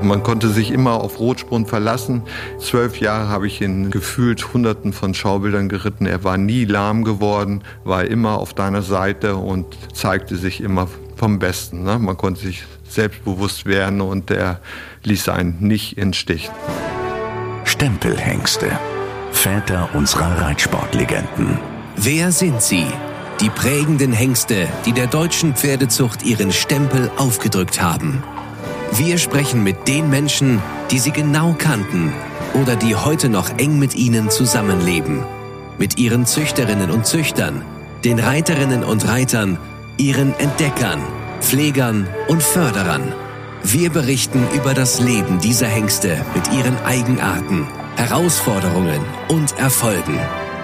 Man konnte sich immer auf Rotspun verlassen. 12 Jahre habe ich ihn gefühlt Hunderten von Schaubildern geritten. Er war nie lahm geworden, war immer auf deiner Seite und zeigte sich immer vom Besten. Man konnte sich selbstbewusst werden und er ließ einen nicht im Stich. Stempelhengste, Väter unserer Reitsportlegenden. Wer sind sie? Die prägenden Hengste, die der deutschen Pferdezucht ihren Stempel aufgedrückt haben. Wir sprechen mit den Menschen, die sie genau kannten oder die heute noch eng mit ihnen zusammenleben. Mit ihren Züchterinnen und Züchtern, den Reiterinnen und Reitern, ihren Entdeckern, Pflegern und Förderern. Wir berichten über das Leben dieser Hengste mit ihren Eigenarten, Herausforderungen und Erfolgen.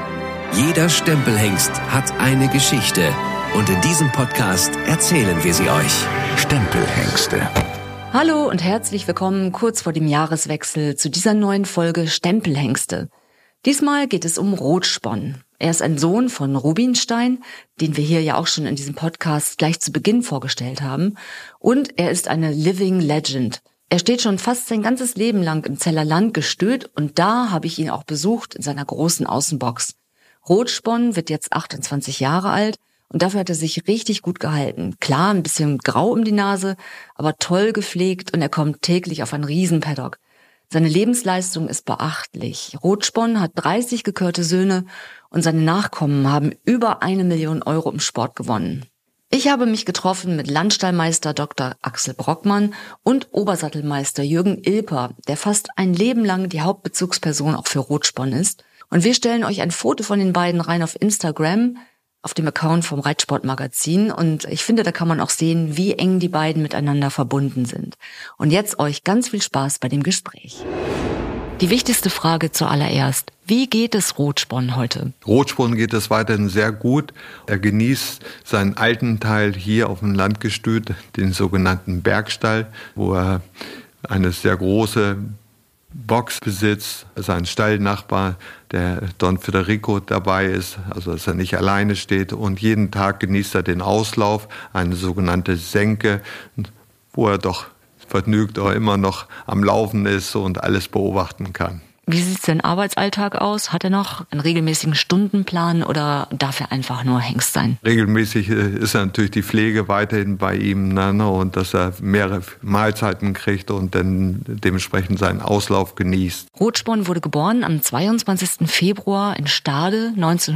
Jeder Stempelhengst hat eine Geschichte und in diesem Podcast erzählen wir sie euch. Stempelhengste. Hallo und herzlich willkommen kurz vor dem Jahreswechsel zu dieser neuen Folge Stempelhengste. Diesmal geht es um Rotspon. Er ist ein Sohn von Rubinstein, den wir hier ja auch schon in diesem Podcast gleich zu Beginn vorgestellt haben. Und er ist eine Living Legend. Er steht schon fast sein ganzes Leben lang im Zeller Landgestüt und da habe ich ihn auch besucht in seiner großen Außenbox. Rotspon wird jetzt 28 Jahre alt. Und dafür hat er sich richtig gut gehalten. Klar, ein bisschen grau um die Nase, aber toll gepflegt und er kommt täglich auf ein Riesenpaddock. Seine Lebensleistung ist beachtlich. Rotspon hat 30 gekörte Söhne und seine Nachkommen haben über 1 Million Euro im Sport gewonnen. Ich habe mich getroffen mit Landstallmeister Dr. Axel Brockmann und Obersattelmeister Jürgen Ilper, der fast ein Leben lang die Hauptbezugsperson auch für Rotspon ist. Und wir stellen euch ein Foto von den beiden rein auf Instagram, auf dem Account vom Reitsportmagazin und ich finde, da kann man auch sehen, wie eng die beiden miteinander verbunden sind. Und jetzt euch ganz viel Spaß bei dem Gespräch. Die wichtigste Frage zuallererst, wie geht es Rotspon heute? Rotspon geht es weiterhin sehr gut. Er genießt seinen alten Teil hier auf dem Landgestüt, den sogenannten Bergstall, wo er eine sehr große Box besitzt, sein Stallnachbar, der Don Federico, dabei ist, also dass er nicht alleine steht und jeden Tag genießt er den Auslauf, eine sogenannte Senke, wo er doch vergnügt auch immer noch am Laufen ist und alles beobachten kann. Wie sieht sein Arbeitsalltag aus? Hat er noch einen regelmäßigen Stundenplan oder darf er einfach nur Hengst sein? Regelmäßig ist natürlich die Pflege weiterhin bei ihm, und dass er mehrere Mahlzeiten kriegt und dann dementsprechend seinen Auslauf genießt. Rotspon wurde geboren am 22. Februar in Stade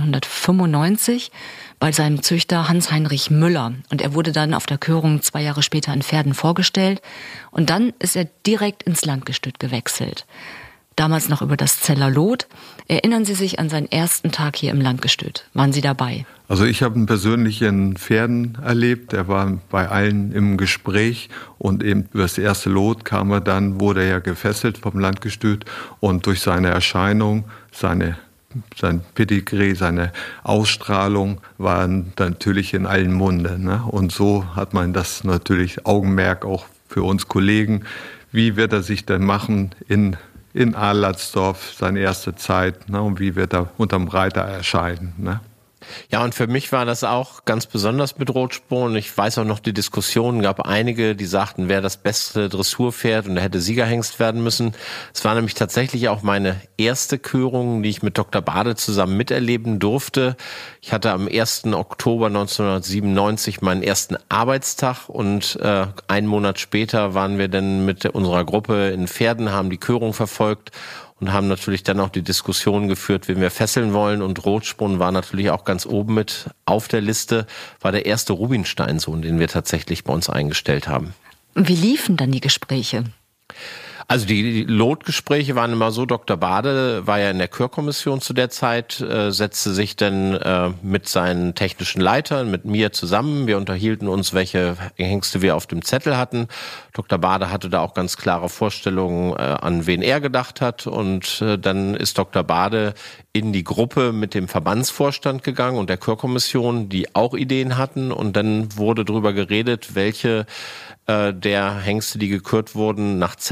1995 bei seinem Züchter Hans-Heinrich Müller. Und er wurde dann auf der Körung 2 Jahre später in Pferden vorgestellt. Und dann ist er direkt ins Landgestüt gewechselt. Damals noch über das Zeller Lot. Erinnern Sie sich an seinen ersten Tag hier im Landgestüt? Waren Sie dabei? Also ich habe ihn persönlich in Pferden erlebt. Er war bei allen im Gespräch und eben über das erste Lot wurde er gefesselt vom Landgestüt und durch seine Erscheinung, sein Pedigree, seine Ausstrahlung waren natürlich in allen Munde. Und so hat man das natürlich Augenmerk auch für uns Kollegen. Wie wird er sich denn machen in Adlersdorf, seine erste Zeit, und wie wird er unterm Reiter erscheinen. Ja, und für mich war das auch ganz besonders mit Rotspon. Ich weiß auch noch, die Diskussionen gab einige, die sagten, wer das beste Dressurpferd und er hätte Siegerhengst werden müssen. Es war nämlich tatsächlich auch meine erste Körung, die ich mit Dr. Bade zusammen miterleben durfte. Ich hatte am 1. Oktober 1997 meinen ersten Arbeitstag und einen Monat später waren wir dann mit unserer Gruppe in Pferden, haben die Körung verfolgt und haben natürlich dann auch die Diskussion geführt, wen wir fesseln wollen. Und Rotspon war natürlich auch ganz oben mit auf der Liste, war der erste Rubinstein-Sohn, den wir tatsächlich bei uns eingestellt haben. Wie liefen dann die Gespräche? Also die Lotgespräche waren immer so, Dr. Bade war ja in der Körkommission zu der Zeit, setzte sich dann mit seinen technischen Leitern, mit mir zusammen. Wir unterhielten uns, welche Hengste wir auf dem Zettel hatten. Dr. Bade hatte da auch ganz klare Vorstellungen, an wen er gedacht hat. Und dann ist Dr. Bade in die Gruppe mit dem Verbandsvorstand gegangen und der Körkommission, die auch Ideen hatten. Und dann wurde darüber geredet, welche der Hengste, die gekürt wurden, nach Celle sollen.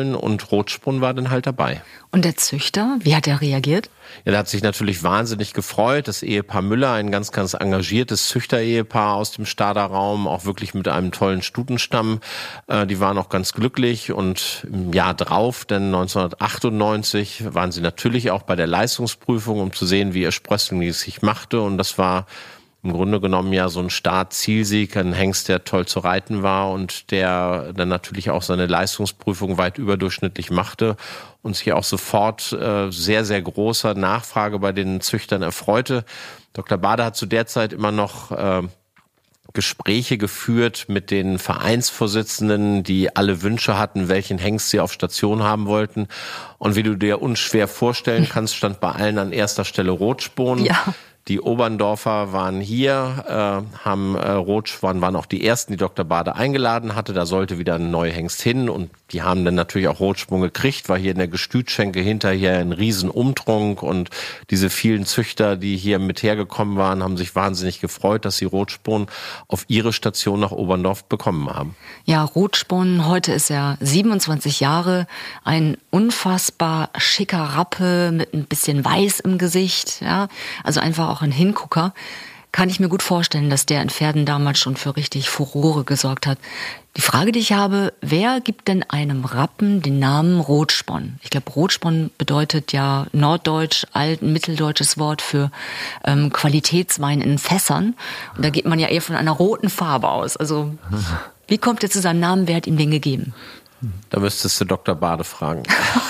wollen und Rotsprung war dann halt dabei. Und der Züchter, wie hat er reagiert? Ja, der hat sich natürlich wahnsinnig gefreut. Das Ehepaar Müller, ein ganz, ganz engagiertes Züchter-Ehepaar aus dem Stader Raum, auch wirklich mit einem tollen Stutenstamm. Die waren auch ganz glücklich und im Jahr drauf, denn 1998, waren sie natürlich auch bei der Leistungsprüfung, um zu sehen, wie ihr Sprössling sich machte. Und das war im Grunde genommen ja so ein Start-Zielsieg, ein Hengst, der toll zu reiten war und der dann natürlich auch seine Leistungsprüfung weit überdurchschnittlich machte und sich auch sofort sehr, sehr großer Nachfrage bei den Züchtern erfreute. Dr. Bade hat zu der Zeit immer noch Gespräche geführt mit den Vereinsvorsitzenden, die alle Wünsche hatten, welchen Hengst sie auf Station haben wollten. Und wie du dir unschwer vorstellen kannst, stand bei allen an erster Stelle Rotspohn. Ja. Die Oberndorfer waren hier, waren auch die ersten, die Dr. Bade eingeladen hatte. Da sollte wieder ein neuer Hengst hin und die haben dann natürlich auch Rotsprung gekriegt, war hier in der Gestütschenke hinterher ein riesen Umtrunk und diese vielen Züchter, die hier mit hergekommen waren, haben sich wahnsinnig gefreut, dass sie Rotsprung auf ihre Station nach Oberndorf bekommen haben. Ja, Rotsprung, heute ist er 27 Jahre, ein unfassbar schicker Rappe mit ein bisschen Weiß im Gesicht, ja, also einfach auch ein Hingucker. Kann ich mir gut vorstellen, dass der in Pferden damals schon für richtig Furore gesorgt hat. Die Frage, die ich habe, wer gibt denn einem Rappen den Namen Rotsponn? Ich glaube, Rotsponn bedeutet ja norddeutsch, mitteldeutsches Wort für Qualitätswein in Fässern. Und da geht man ja eher von einer roten Farbe aus. Also, wie kommt er zu seinem Namen? Wer hat ihm den gegeben? Da müsstest du Dr. Bade fragen.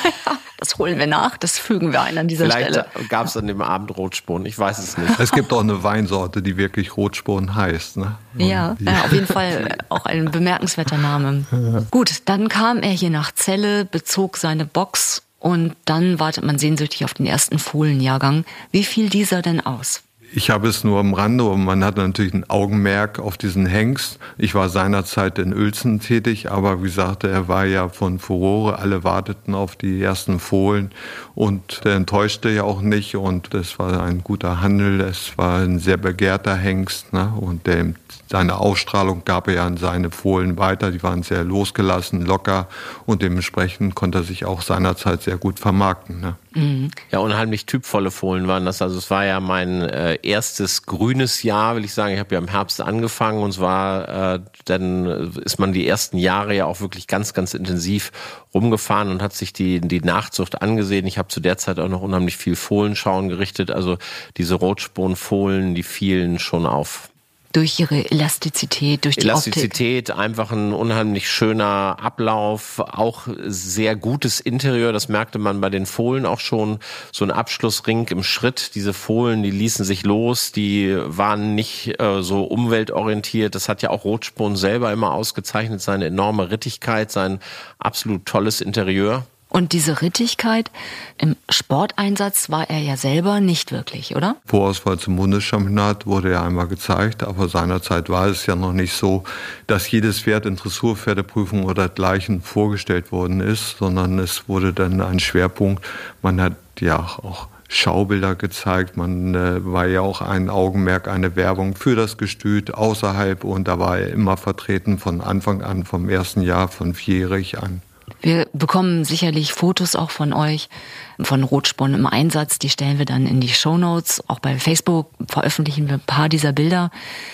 Das holen wir nach, das fügen wir ein an dieser Stelle. Vielleicht gab es an dem Abend Rotspohn, ich weiß es nicht. Es gibt auch eine Weinsorte, die wirklich Rotspohn heißt. Ne? Ja, auf jeden Fall auch ein bemerkenswerter Name. Ja. Gut, dann kam er hier nach Celle, bezog seine Box und dann wartet man sehnsüchtig auf den ersten Fohlenjahrgang. Wie fiel dieser denn aus? Ich habe es nur am Rande und man hat natürlich ein Augenmerk auf diesen Hengst. Ich war seinerzeit in Uelzen tätig, aber wie gesagt, er war ja von Furore. Alle warteten auf die ersten Fohlen und der enttäuschte ja auch nicht und es war ein guter Handel. Es war ein sehr begehrter Hengst, ne? Und seine Ausstrahlung gab er ja an seine Fohlen weiter. Die waren sehr losgelassen, locker und dementsprechend konnte er sich auch seinerzeit sehr gut vermarkten. Ne? Mhm. Ja, unheimlich typvolle Fohlen waren das. Also es war ja mein erstes grünes Jahr, will ich sagen. Ich habe ja im Herbst angefangen und es war, dann ist man die ersten Jahre ja auch wirklich ganz, ganz intensiv rumgefahren und hat sich die Nachzucht angesehen. Ich habe zu der Zeit auch noch unheimlich viel Fohlenschauen gerichtet. Also diese Rotsponfohlen, die fielen schon auf. Durch ihre Elastizität, durch die Elastizität, Optik. Einfach ein unheimlich schöner Ablauf, auch sehr gutes Interieur, das merkte man bei den Fohlen auch schon, so ein Abschlussring im Schritt, diese Fohlen, die ließen sich los, die waren nicht so umweltorientiert, das hat ja auch Rotspohn selber immer ausgezeichnet, seine enorme Rittigkeit, sein absolut tolles Interieur. Und diese Rittigkeit im Sporteinsatz war er ja selber nicht wirklich, oder? Vorauswahl zum Bundeschampionat wurde ja einmal gezeigt, aber seinerzeit war es ja noch nicht so, dass jedes Pferd in Dressurpferdeprüfung oder dergleichen vorgestellt worden ist, sondern es wurde dann ein Schwerpunkt. Man hat ja auch Schaubilder gezeigt, man war ja auch ein Augenmerk, eine Werbung für das Gestüt außerhalb und da war er immer vertreten von Anfang an, vom ersten Jahr, von 4-jährig an. Wir bekommen sicherlich Fotos auch von euch, von Rotsponn im Einsatz. Die stellen wir dann in die Shownotes. Auch bei Facebook veröffentlichen wir ein paar dieser Bilder.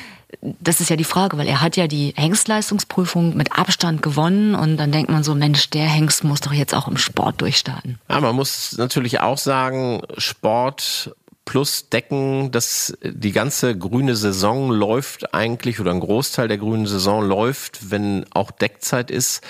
Das ist ja die Frage, weil er hat ja die Hengstleistungsprüfung mit Abstand gewonnen und dann denkt man so, Mensch, der Hengst muss doch jetzt auch im Sport durchstarten. Ja, man muss natürlich auch sagen, Sport plus Decken, die ganze grüne Saison läuft eigentlich oder ein Großteil der grünen Saison läuft, wenn auch Deckzeit ist.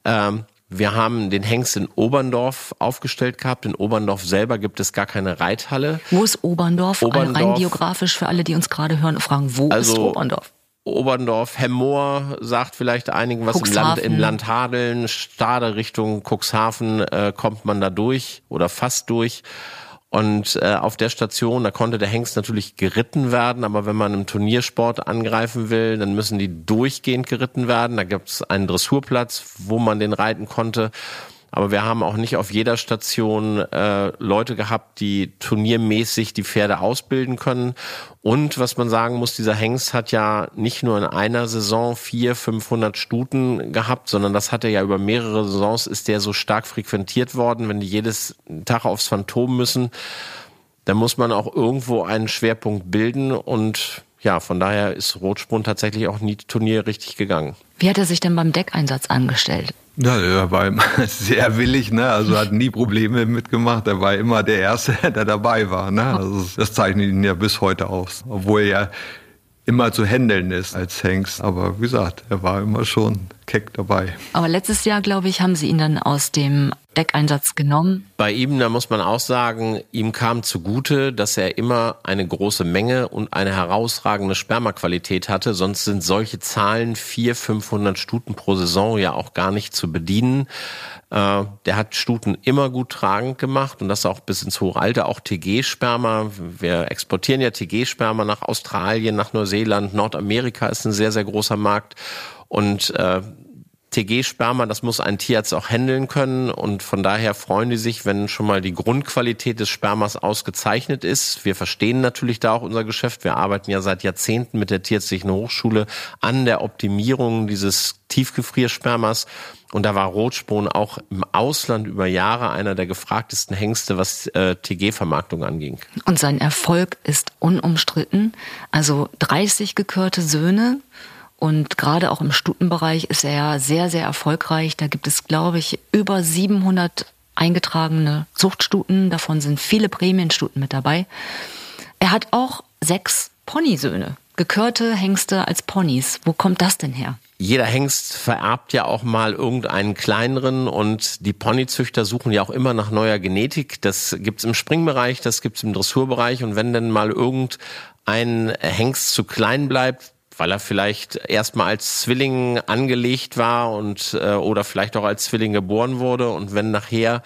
Wir haben den Hengst in Oberndorf aufgestellt gehabt. In Oberndorf selber gibt es gar keine Reithalle. Wo ist Oberndorf? Rein geografisch für alle, die uns gerade hören und fragen, wo ist Oberndorf? Oberndorf, Hemmoor sagt vielleicht einigen was im Land Hadeln, Stade Richtung Cuxhaven kommt man da durch oder fast durch. Und auf der Station, da konnte der Hengst natürlich geritten werden, aber wenn man im Turniersport angreifen will, dann müssen die durchgehend geritten werden. Da gibt es einen Dressurplatz, wo man den reiten konnte. Aber wir haben auch nicht auf jeder Station Leute gehabt, die turniermäßig die Pferde ausbilden können. Und was man sagen muss, dieser Hengst hat ja nicht nur in einer Saison 400-500 Stuten gehabt, sondern das hat er ja über mehrere Saisons, ist der so stark frequentiert worden. Wenn die jedes Tag aufs Phantom müssen, dann muss man auch irgendwo einen Schwerpunkt bilden. Und ja, von daher ist Rothsprung tatsächlich auch nie Turnier richtig gegangen. Wie hat er sich denn beim Deckeinsatz angestellt? Ja, er war immer sehr willig, ne? Also hat nie Probleme mitgemacht. Er war immer der Erste, der dabei war, ne? Also das zeichnet ihn ja bis heute aus. Obwohl er ja immer zu handeln ist als Hengst. Aber wie gesagt, er war immer schon keck dabei. Aber letztes Jahr, glaube ich, haben Sie ihn dann aus dem Deckeinsatz genommen. Bei ihm, da muss man auch sagen, ihm kam zugute, dass er immer eine große Menge und eine herausragende Spermaqualität hatte. Sonst sind solche Zahlen 400-500 Stuten pro Saison ja auch gar nicht zu bedienen. Der hat Stuten immer gut tragend gemacht und das auch bis ins hohe Alter. Auch TG-Sperma. Wir exportieren ja TG-Sperma nach Australien, nach Neuseeland. Nordamerika ist ein sehr, sehr großer Markt. Und TG-Sperma, das muss ein Tierarzt auch handeln können und von daher freuen die sich, wenn schon mal die Grundqualität des Spermas ausgezeichnet ist. Wir verstehen natürlich da auch unser Geschäft. Wir arbeiten ja seit Jahrzehnten mit der Tierärztlichen Hochschule an der Optimierung dieses Tiefgefrierspermas und da war Rothsprung auch im Ausland über Jahre einer der gefragtesten Hengste, was TG-Vermarktung anging. Und sein Erfolg ist unumstritten. Also 30 gekörte Söhne. Und gerade auch im Stutenbereich ist er ja sehr, sehr erfolgreich. Da gibt es, glaube ich, über 700 eingetragene Zuchtstuten. Davon sind viele Prämienstuten mit dabei. Er hat auch 6 Ponysöhne, gekörte Hengste als Ponys. Wo kommt das denn her? Jeder Hengst vererbt ja auch mal irgendeinen kleineren und die Ponyzüchter suchen ja auch immer nach neuer Genetik. Das gibt's im Springbereich, das gibt's im Dressurbereich und wenn dann mal irgendein Hengst zu klein bleibt, weil er vielleicht erstmal als Zwilling angelegt war und oder vielleicht auch als Zwilling geboren wurde und wenn nachher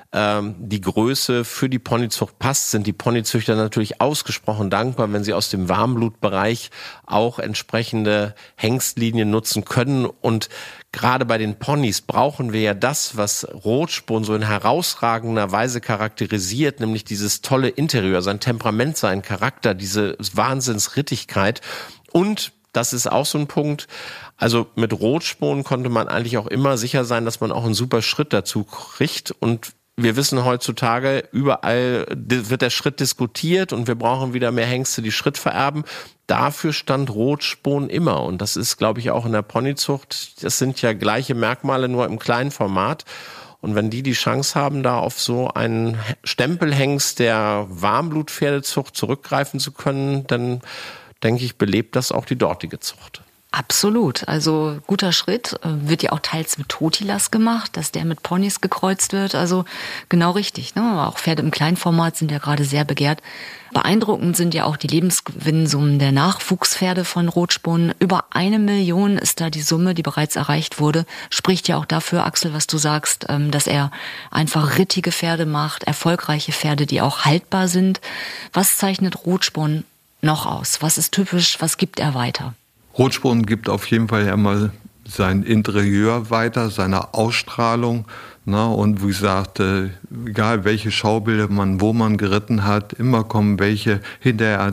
die Größe für die Ponyzucht passt, sind die Ponyzüchter natürlich ausgesprochen dankbar, wenn sie aus dem Warmblutbereich auch entsprechende Hengstlinien nutzen können. Und gerade bei den Ponys brauchen wir ja das, was Rothsprung so in herausragender Weise charakterisiert, nämlich dieses tolle Interieur, sein Temperament, sein Charakter, diese Wahnsinnsrittigkeit. Und das ist auch so ein Punkt. Also mit Rothsprung konnte man eigentlich auch immer sicher sein, dass man auch einen super Schritt dazu kriegt. Und wir wissen heutzutage, überall wird der Schritt diskutiert und wir brauchen wieder mehr Hengste, die Schritt vererben. Dafür stand Rothsprung immer. Und das ist, glaube ich, auch in der Ponyzucht. Das sind ja gleiche Merkmale, nur im kleinen Format. Und wenn die Chance haben, da auf so einen Stempelhengst der Warmblutpferdezucht zurückgreifen zu können, dann denke ich, belebt das auch die dortige Zucht. Absolut. Also guter Schritt. Wird ja auch teils mit Totilas gemacht, dass der mit Ponys gekreuzt wird. Also genau richtig. Ne? Aber auch Pferde im Kleinformat sind ja gerade sehr begehrt. Beeindruckend sind ja auch die Lebensgewinnsummen der Nachwuchspferde von Rothsprung. Über 1 Million ist da die Summe, die bereits erreicht wurde. Spricht ja auch dafür, Axel, was du sagst, dass er einfach rittige Pferde macht, erfolgreiche Pferde, die auch haltbar sind. Was zeichnet Rothsprung noch aus? Was ist typisch? Was gibt er weiter? Rothsprung gibt auf jeden Fall ja mal sein Interieur weiter, seine Ausstrahlung. Na, und wie gesagt, egal welche Schaubilder wo man geritten hat, immer kommen welche hinterher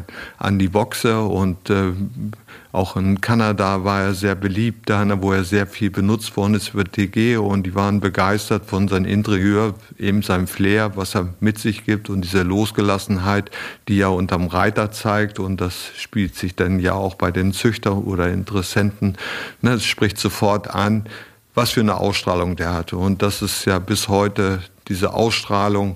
an die Boxe. Und auch in Kanada war er sehr beliebt, wo er sehr viel benutzt worden ist für TG. Und die waren begeistert von seinem Interieur, eben seinem Flair, was er mit sich gibt und diese Losgelassenheit, die er unterm Reiter zeigt. Und das spielt sich dann ja auch bei den Züchtern oder Interessenten. Es spricht sofort an, was für eine Ausstrahlung der hatte. Und das ist ja bis heute diese Ausstrahlung,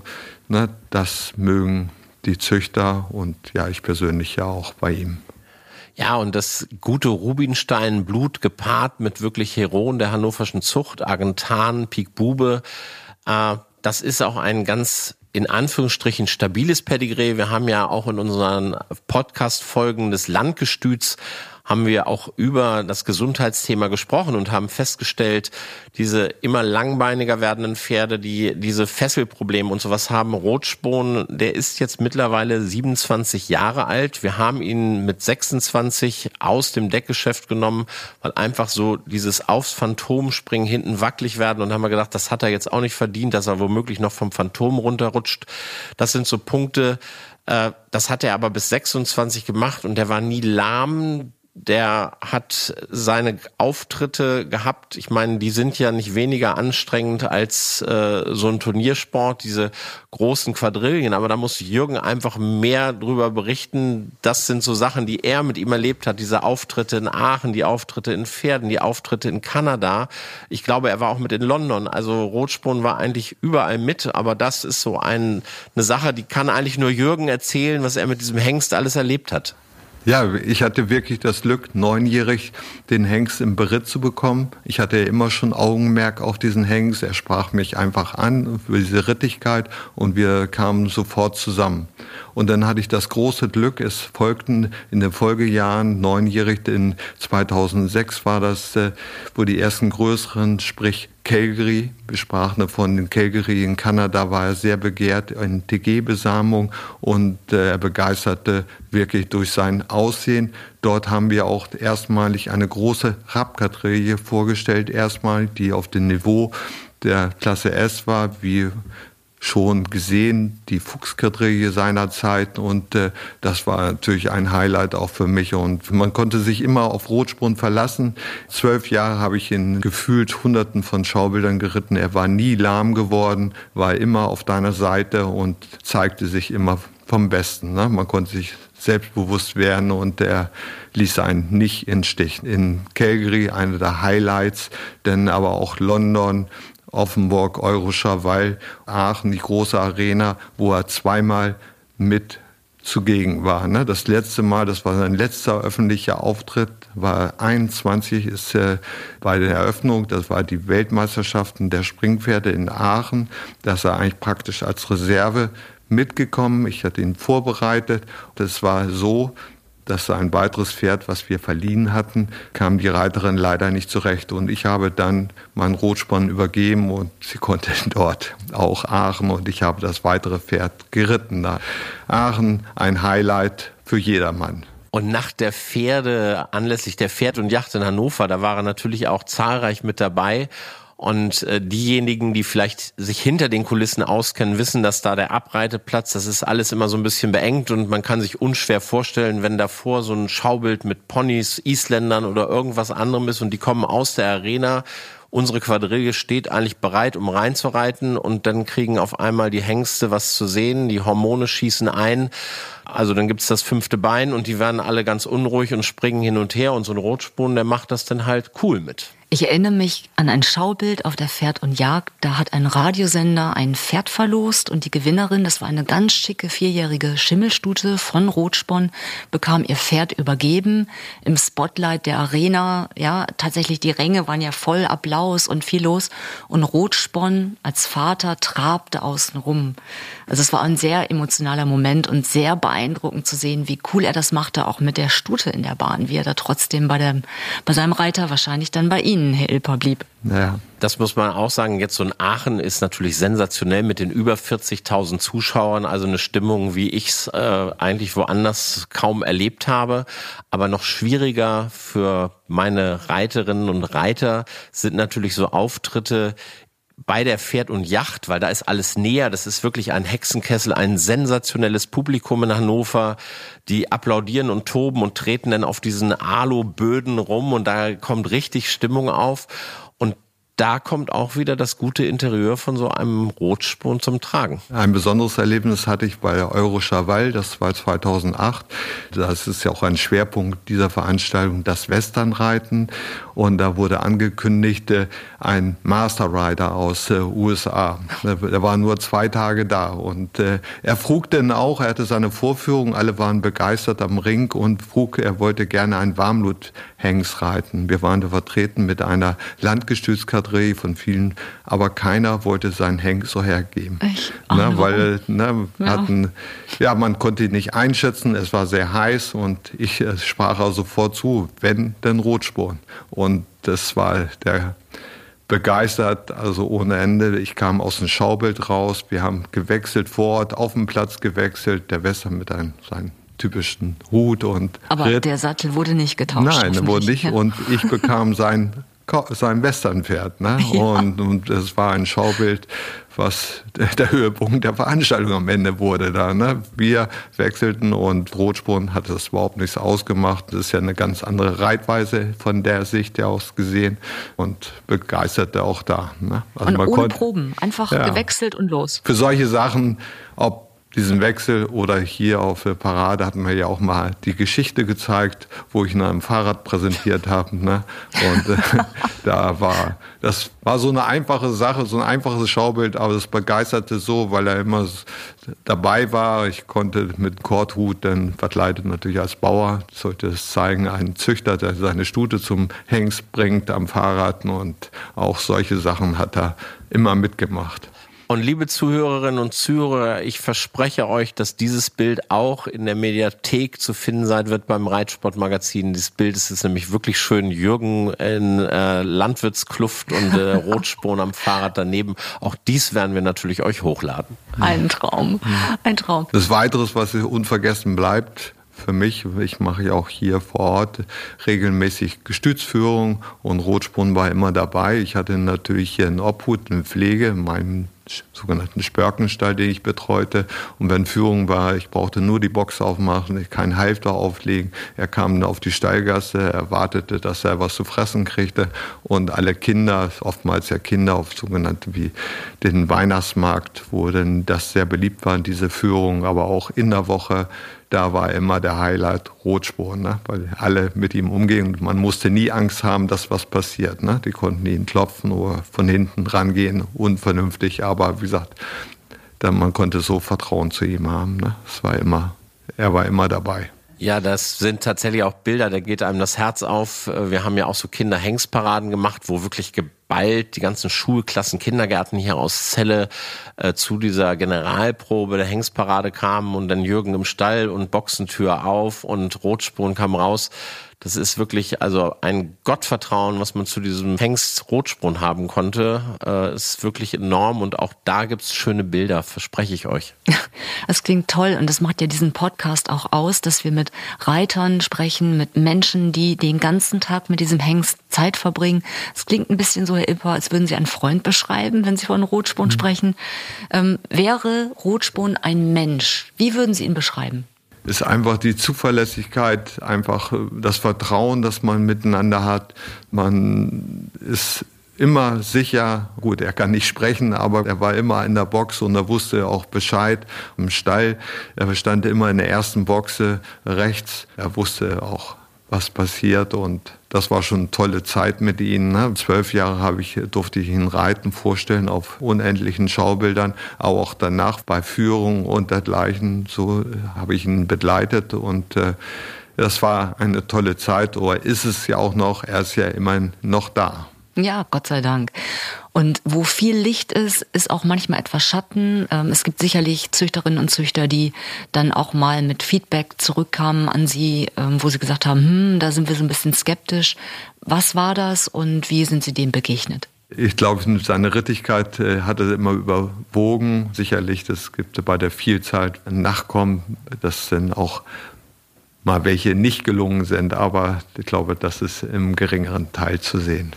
das mögen die Züchter und ja, ich persönlich ja auch bei ihm. Ja, und das gute Rubinstein-Blut gepaart mit wirklich Heroen der hannoverschen Zucht, Argentan, Pik Bube, das ist auch ein ganz in Anführungsstrichen stabiles Pedigree. Wir haben ja auch in unseren Podcast-Folgen des Landgestüts haben wir auch über das Gesundheitsthema gesprochen und haben festgestellt, diese immer langbeiniger werdenden Pferde, die diese Fesselprobleme und sowas haben. Rotspon, der ist jetzt mittlerweile 27 Jahre alt. Wir haben ihn mit 26 aus dem Deckgeschäft genommen, weil einfach so dieses aufs Phantom springen, hinten wackelig werden, und haben wir gedacht, das hat er jetzt auch nicht verdient, dass er womöglich noch vom Phantom runterrutscht. Das sind so Punkte, das hat er aber bis 26 gemacht und der war nie lahm. Der hat seine Auftritte gehabt. Ich meine, die sind ja nicht weniger anstrengend als so ein Turniersport, diese großen Quadrillen. Aber da muss Jürgen einfach mehr drüber berichten. Das sind so Sachen, die er mit ihm erlebt hat. Diese Auftritte in Aachen, die Auftritte in Pferden, die Auftritte in Kanada. Ich glaube, er war auch mit in London. Also Rotspon war eigentlich überall mit. Aber das ist so eine Sache, die kann eigentlich nur Jürgen erzählen, was er mit diesem Hengst alles erlebt hat. Ja, ich hatte wirklich das Glück, 9-jährig den Hengst im Beritt zu bekommen. Ich hatte ja immer schon Augenmerk auf diesen Hengst. Er sprach mich einfach an für diese Rittigkeit und wir kamen sofort zusammen. Und dann hatte ich das große Glück, es folgten in den Folgejahren, 9-jährig, in 2006 war das, wo die ersten größeren, sprich Calgary, wir sprachen von den Calgary in Kanada, war er sehr begehrt in TG-Besamung und er begeisterte wirklich durch sein Aussehen. Dort haben wir auch erstmalig eine große Rapp-Quadrille vorgestellt, die auf dem Niveau der Klasse S war, wie schon gesehen, die Fuchsquadrille seinerzeit, und das war natürlich ein Highlight auch für mich und man konnte sich immer auf Rotspon verlassen. 12 Jahre habe ich ihn gefühlt Hunderten von Schaubildern geritten. Er war nie lahm geworden, war immer auf deiner Seite und zeigte sich immer vom Besten. Ne? Man konnte sich selbstbewusst werden und er ließ einen nicht in Stich. In Calgary eine der Highlights, denn aber auch London, Offenburg, Eurochaval, Aachen, die große Arena, wo er zweimal mit zugegen war. Das letzte Mal, das war sein letzter öffentlicher Auftritt, war 21, ist bei der Eröffnung, das war die Weltmeisterschaften der Springpferde in Aachen, da ist er eigentlich praktisch als Reserve mitgekommen. Ich hatte ihn vorbereitet. Das war so, dass ein weiteres Pferd, was wir verliehen hatten, kam die Reiterin leider nicht zurecht. Und ich habe dann meinen Rotspon übergeben und sie konnte dort auch Aachen und ich habe das weitere Pferd geritten. Aachen, ein Highlight für jedermann. Und nach der Pferde, anlässlich der Pferd und Yacht in Hannover, da war er natürlich auch zahlreich mit dabei. Und diejenigen, die vielleicht sich hinter den Kulissen auskennen, wissen, dass da der Abreiteplatz, das ist alles immer so ein bisschen beengt und man kann sich unschwer vorstellen, wenn davor so ein Schaubild mit Ponys, Isländern oder irgendwas anderem ist und die kommen aus der Arena. Unsere Quadrille steht eigentlich bereit, um reinzureiten und dann kriegen auf einmal die Hengste was zu sehen, die Hormone schießen ein. Also dann gibt's das 5. Bein und die werden alle ganz unruhig und springen hin und her und so ein Rotspon, der macht das dann halt cool mit. Ich erinnere mich an ein Schaubild auf der Pferd und Jagd. Da hat ein Radiosender ein Pferd verlost und die Gewinnerin, das war eine ganz schicke 4-jährige Schimmelstute von Rotspon, bekam ihr Pferd übergeben im Spotlight der Arena. Ja, tatsächlich die Ränge waren ja voll Applaus und viel los und Rotspon als Vater trabte außen rum. Also es war ein sehr emotionaler Moment und sehr beeindruckend zu sehen, wie cool er das machte, auch mit der Stute in der Bahn, wie er da trotzdem bei seinem Reiter, wahrscheinlich dann bei Ihnen, Herr Ilper, blieb. Ja. Das muss man auch sagen, jetzt so ein Aachen ist natürlich sensationell mit den über 40.000 Zuschauern, also eine Stimmung, wie ich es eigentlich woanders kaum erlebt habe. Aber noch schwieriger für meine Reiterinnen und Reiter sind natürlich so Auftritte bei der Pferd und Yacht, weil da ist alles näher. Das ist wirklich ein Hexenkessel, ein sensationelles Publikum in Hannover. Die applaudieren und toben und treten dann auf diesen Aluböden rum und da kommt richtig Stimmung auf. Und da kommt auch wieder das gute Interieur von so einem Rotspon zum Tragen. Ein besonderes Erlebnis hatte ich bei der Eurochaval, das war 2008. Das ist ja auch ein Schwerpunkt dieser Veranstaltung, das Westernreiten. Und da wurde angekündigt, ein Master Rider aus USA. Der war nur 2 Tage da. Und er frug dann auch, er hatte seine Vorführung, alle waren begeistert am Ring und frug, er wollte gerne einen Warmbluthengst reiten. Wir waren da vertreten mit einer Landgestützquadrille Infanterie, von vielen, aber keiner wollte seinen Hengst so hergeben. Weil man konnte ihn nicht einschätzen, es war sehr heiß und ich sprach also sofort zu, wenn, dann Rotsporn. Und das war der begeistert, also ohne Ende. Ich kam aus dem Schaubild raus, wir haben gewechselt vor Ort, auf dem Platz gewechselt, der Western mit seinem typischen Hut und Aber Ritt. Der Sattel wurde nicht getauscht. Nein, er wurde nicht. Ja. Und ich bekam sein Westernpferd. Ne? Ja. Und es war ein Schaubild, was der Höhepunkt der Veranstaltung am Ende wurde. Da, ne? Wir wechselten und Rotsporn hat das überhaupt nichts ausgemacht. Das ist ja eine ganz andere Reitweise von der Sicht aus gesehen und begeisterte auch da. Ne? Also und ohne Proben, einfach gewechselt und los. Für solche Sachen, ob diesen Wechsel oder hier auf der Parade hatten wir ja auch mal die Geschichte gezeigt, wo ich ihn am Fahrrad präsentiert habe. Ne? Und das war so eine einfache Sache, so ein einfaches Schaubild, aber das begeisterte so, weil er immer dabei war. Ich konnte mit Korthut dann verkleidet natürlich als Bauer, sollte es zeigen, einen Züchter, der seine Stute zum Hengst bringt am Fahrrad und auch solche Sachen hat er immer mitgemacht. Und liebe Zuhörerinnen und Zuhörer, ich verspreche euch, dass dieses Bild auch in der Mediathek zu finden sein wird beim Reitsportmagazin. Dieses Bild ist jetzt nämlich wirklich schön. Jürgen in Landwirtskluft und Rotsporn am Fahrrad daneben. Auch dies werden wir natürlich euch hochladen. Ein Traum, ein Traum. Das Weiteres, was unvergessen bleibt, für mich, ich mache ja auch hier vor Ort regelmäßig Gestützführung und Rotsporn war immer dabei. Ich hatte natürlich hier eine Obhut, eine Pflege, meinen sogenannten Spörkenstall, den ich betreute. Und wenn Führung war, ich brauchte nur die Box aufmachen, keinen Halfter auflegen. Er kam auf die Stallgasse, er wartete, dass er was zu fressen kriegte. Und alle Kinder, oftmals ja Kinder auf sogenannten wie den Weihnachtsmarkt, wo denn das sehr beliebt war, diese Führung, aber auch in der Woche, da war immer der Highlight Rotsporn, ne? Weil alle mit ihm umgehen und man musste nie Angst haben, dass was passiert. Ne? Die konnten ihn klopfen oder von hinten rangehen, unvernünftig, aber wie gesagt, man konnte so Vertrauen zu ihm haben. Ne? Er war immer dabei. Ja, das sind tatsächlich auch Bilder, da geht einem das Herz auf. Wir haben ja auch so Kinder-Hengstparaden gemacht, wo wirklich geballt die ganzen Schulklassen, Kindergärten hier aus Celle zu dieser Generalprobe der Hengstparade kamen und dann Jürgen im Stall und Boxentür auf und Rotsporn kam raus. Das ist wirklich also ein Gottvertrauen, was man zu diesem Hengst Rotsporn haben konnte. Ist wirklich enorm und auch da gibt's schöne Bilder, verspreche ich euch. Es klingt toll und das macht ja diesen Podcast auch aus, dass wir mit Reitern sprechen, mit Menschen, die den ganzen Tag mit diesem Hengst Zeit verbringen. Es klingt ein bisschen so, Herr Ilper, als würden Sie einen Freund beschreiben, wenn Sie von Rotsporn sprechen. Wäre Rotsporn ein Mensch? Wie würden Sie ihn beschreiben? Ist einfach die Zuverlässigkeit, einfach das Vertrauen, das man miteinander hat. Man ist immer sicher, gut, er kann nicht sprechen, aber er war immer in der Box und er wusste auch Bescheid im Stall. Er stand immer in der ersten Boxe rechts. Er wusste auch, was passiert und das war schon eine tolle Zeit mit ihm. Ne? 12 Jahre durfte ich ihn reiten, vorstellen auf unendlichen Schaubildern, aber auch danach bei Führung und dergleichen. So habe ich ihn begleitet und das war eine tolle Zeit, oder ist es ja auch noch, er ist ja immerhin noch da. Ja, Gott sei Dank. Und wo viel Licht ist, ist auch manchmal etwas Schatten. Es gibt sicherlich Züchterinnen und Züchter, die dann auch mal mit Feedback zurückkamen an Sie, wo sie gesagt haben, da sind wir so ein bisschen skeptisch. Was war das und wie sind Sie dem begegnet? Ich glaube, seine Rittigkeit hat er immer überwogen. Sicherlich, es gibt bei der Vielzahl Nachkommen, das sind auch mal welche nicht gelungen sind, aber ich glaube, das ist im geringeren Teil zu sehen.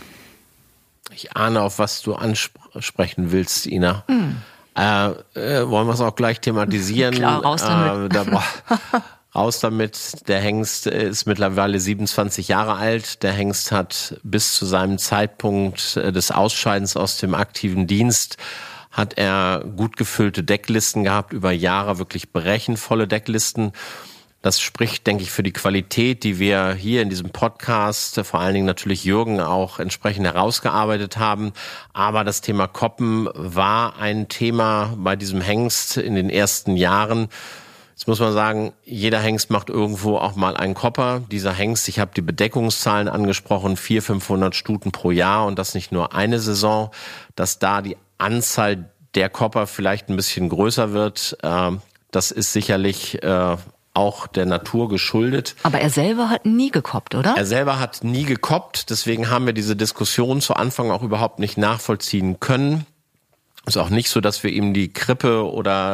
Ich ahne, auf was du ansprechen willst, Ina. Wollen wir es auch gleich thematisieren? Klar, raus damit. Raus damit. Der Hengst ist mittlerweile 27 Jahre alt. Der Hengst hat bis zu seinem Zeitpunkt des Ausscheidens aus dem aktiven Dienst hat er gut gefüllte Decklisten gehabt, über Jahre wirklich berechenvolle Decklisten. Das spricht, denke ich, für die Qualität, die wir hier in diesem Podcast, vor allen Dingen natürlich Jürgen auch entsprechend herausgearbeitet haben. Aber das Thema Koppen war ein Thema bei diesem Hengst in den ersten Jahren. Jetzt muss man sagen, jeder Hengst macht irgendwo auch mal einen Kopper. Dieser Hengst, ich habe die Bedeckungszahlen angesprochen, 400-500 Stuten pro Jahr und das nicht nur eine Saison, dass da die Anzahl der Kopper vielleicht ein bisschen größer wird. Das ist sicherlich auch der Natur geschuldet. Aber er selber hat nie gekoppt, oder? Er selber hat nie gekoppt, deswegen haben wir diese Diskussion zu Anfang auch überhaupt nicht nachvollziehen können. Es ist auch nicht so, dass wir ihm die Krippe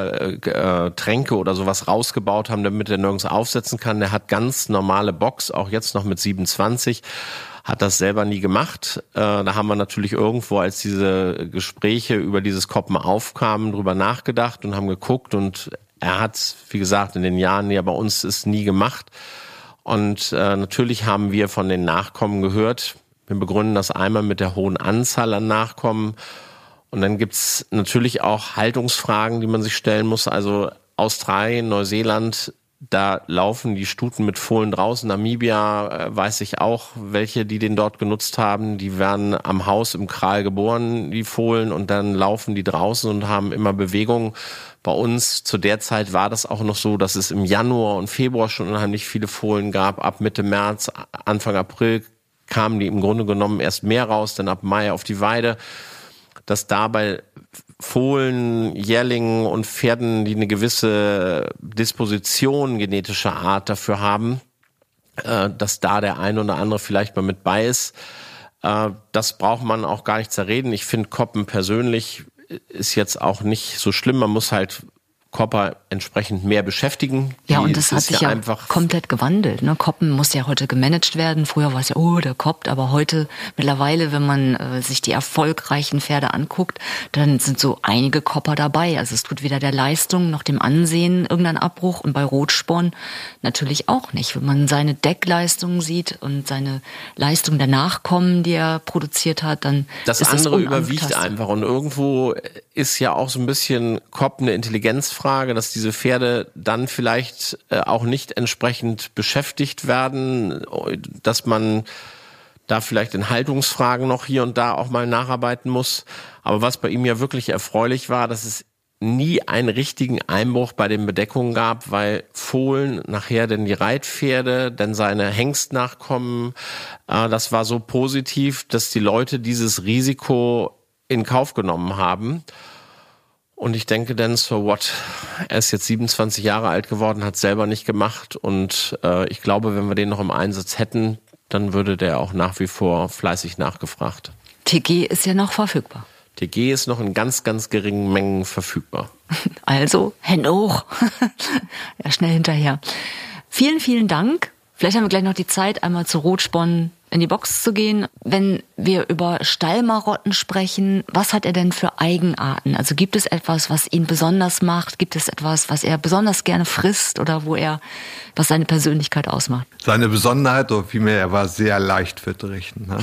oder Tränke oder sowas rausgebaut haben, damit er nirgends aufsetzen kann. Der hat ganz normale Box, auch jetzt noch mit 27, hat das selber nie gemacht. Da haben wir natürlich irgendwo, als diese Gespräche über dieses Koppen aufkamen, drüber nachgedacht und haben geguckt. Und er hat, wie gesagt, in den Jahren, die er bei uns ist, nie gemacht. Und natürlich haben wir von den Nachkommen gehört. Wir begründen das einmal mit der hohen Anzahl an Nachkommen. Und dann gibt's natürlich auch Haltungsfragen, die man sich stellen muss. Also Australien, Neuseeland, da laufen die Stuten mit Fohlen draußen. Namibia weiß ich auch, welche, die den dort genutzt haben. Die werden am Haus im Kral geboren, die Fohlen, und dann laufen die draußen und haben immer Bewegung. Bei uns zu der Zeit war das auch noch so, dass es im Januar und Februar schon unheimlich viele Fohlen gab. Ab Mitte März, Anfang April kamen die im Grunde genommen erst mehr raus, dann ab Mai auf die Weide. Dass da bei Fohlen, Jährlingen und Pferden, die eine gewisse Disposition genetischer Art dafür haben, dass da der eine oder andere vielleicht mal mit bei ist. Das braucht man auch gar nicht zerreden. Ich finde, Koppen persönlich ist jetzt auch nicht so schlimm. Man muss halt Kopper entsprechend mehr beschäftigen. Ja, und das hat sich ja einfach komplett gewandelt. Ne? Koppen muss ja heute gemanagt werden. Früher war es ja, der koppt, aber heute mittlerweile, wenn man sich die erfolgreichen Pferde anguckt, dann sind so einige Kopper dabei. Also es tut weder der Leistung noch dem Ansehen irgendeinen Abbruch, und bei Rotsporn natürlich auch nicht. Wenn man seine Deckleistung sieht und seine Leistung der Nachkommen, die er produziert hat, dann das ist andere überwiegt einfach, und irgendwo ist ja auch so ein bisschen Kopp eine Intelligenzfrage, dass diese Pferde dann vielleicht auch nicht entsprechend beschäftigt werden, dass man da vielleicht in Haltungsfragen noch hier und da auch mal nacharbeiten muss. Aber was bei ihm ja wirklich erfreulich war, dass es nie einen richtigen Einbruch bei den Bedeckungen gab, weil Fohlen, nachher denn die Reitpferde, dann seine Hengstnachkommen, das war so positiv, dass die Leute dieses Risiko in Kauf genommen haben. Und ich denke dann, so what? Er ist jetzt 27 Jahre alt geworden, hat es selber nicht gemacht. Und ich glaube, wenn wir den noch im Einsatz hätten, dann würde der auch nach wie vor fleißig nachgefragt. TG ist ja noch verfügbar. TG ist noch in ganz, ganz geringen Mengen verfügbar. Also, Hände hoch. Ja, schnell hinterher. Vielen, vielen Dank. Vielleicht haben wir gleich noch die Zeit, einmal zu Rotsporn in die Box zu gehen. Wenn wir über Stallmarotten sprechen, was hat er denn für Eigenarten? Also gibt es etwas, was ihn besonders macht? Gibt es etwas, was er besonders gerne frisst oder was seine Persönlichkeit ausmacht? Seine Besonderheit, oder vielmehr, er war sehr leichtfütterig. Ne?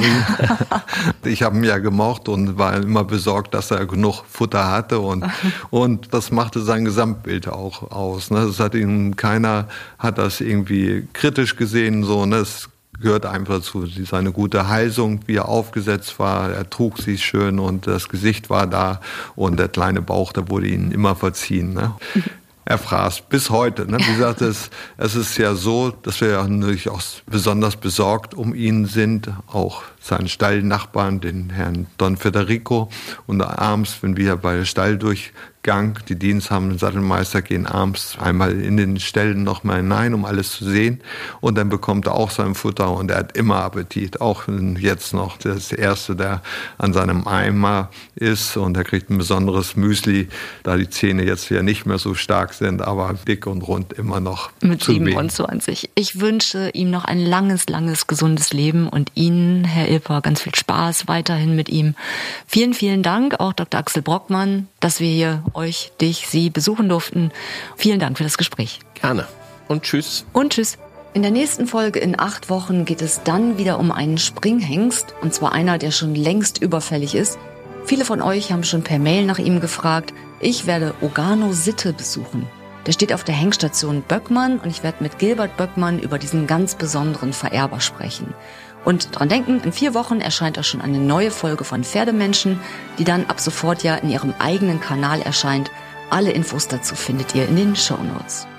Und ich habe ihn ja gemocht und war immer besorgt, dass er genug Futter hatte. Und das machte sein Gesamtbild auch aus. Ne? Das hat ihn keiner, hat das irgendwie kritisch gesehen. So, ne? Es gehört einfach zu, seine gute Halsung, wie er aufgesetzt war. Er trug sich schön und das Gesicht war da und der kleine Bauch, der wurde ihnen immer verziehen. Ne? Er fraß bis heute. Ne? Wie gesagt, es ist ja so, dass wir ja natürlich auch besonders besorgt um ihn sind, auch seinen Stallnachbarn, den Herrn Don Federico. Und abends, wenn wir bei der Stalldurchgang, die Dienst haben, den Sattelmeister, gehen abends einmal in den Ställen noch mal hinein, um alles zu sehen. Und dann bekommt er auch sein Futter und er hat immer Appetit. Auch jetzt noch das Erste, der an seinem Eimer ist, und er kriegt ein besonderes Müsli, da die Zähne jetzt ja nicht mehr so stark sind, aber dick und rund immer noch. Mit 27. Ich wünsche ihm noch ein langes, langes, gesundes Leben und Ihnen, Herr Ilper, ganz viel Spaß weiterhin mit ihm. Vielen, vielen Dank, auch Dr. Axel Brockmann, dass wir hier Sie besuchen durften. Vielen Dank für das Gespräch. Gerne. Und tschüss. Und tschüss. In der nächsten Folge in 8 Wochen geht es dann wieder um einen Springhengst, und zwar einer, der schon längst überfällig ist. Viele von euch haben schon per Mail nach ihm gefragt. Ich werde Ogano Sitte besuchen. Der steht auf der Hengststation Böckmann, und ich werde mit Gilbert Böckmann über diesen ganz besonderen Vererber sprechen. Und dran denken, in 4 Wochen erscheint auch schon eine neue Folge von Pferdemenschen, die dann ab sofort ja in ihrem eigenen Kanal erscheint. Alle Infos dazu findet ihr in den Shownotes.